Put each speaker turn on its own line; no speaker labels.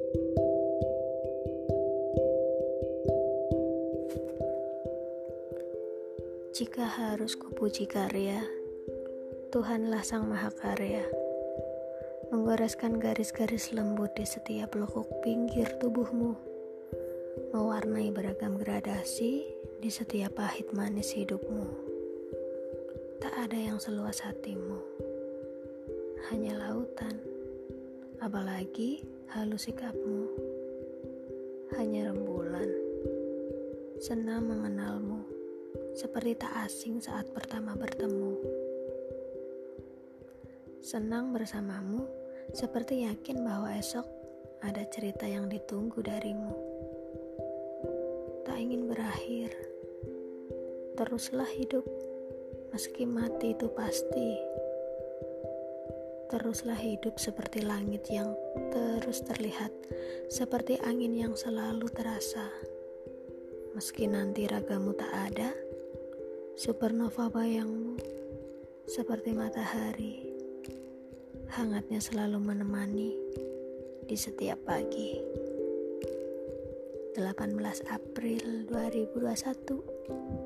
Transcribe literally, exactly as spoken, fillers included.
Jika harus kupuji karya, Tuhanlah Sang Maha Karya, menggoreskan garis-garis lembut di setiap lekuk pinggir tubuhmu, mewarnai beragam gradasi di setiap pahit manis hidupmu. Tak ada yang seluas hatimu, hanya lautan, apalagi halus sikapmu, hanya rembulan. Senang mengenalmu, seperti tak asing saat pertama bertemu. Senang bersamamu, seperti yakin bahwa esok ada cerita yang ditunggu darimu. Tak ingin berakhir, teruslah hidup, meski mati itu pasti. Teruslah hidup seperti langit yang terus terlihat, seperti angin yang selalu terasa. Meski nanti ragamu tak ada, supernova bayangmu seperti matahari, hangatnya selalu menemani di setiap pagi. delapan belas April dua ribu dua puluh satu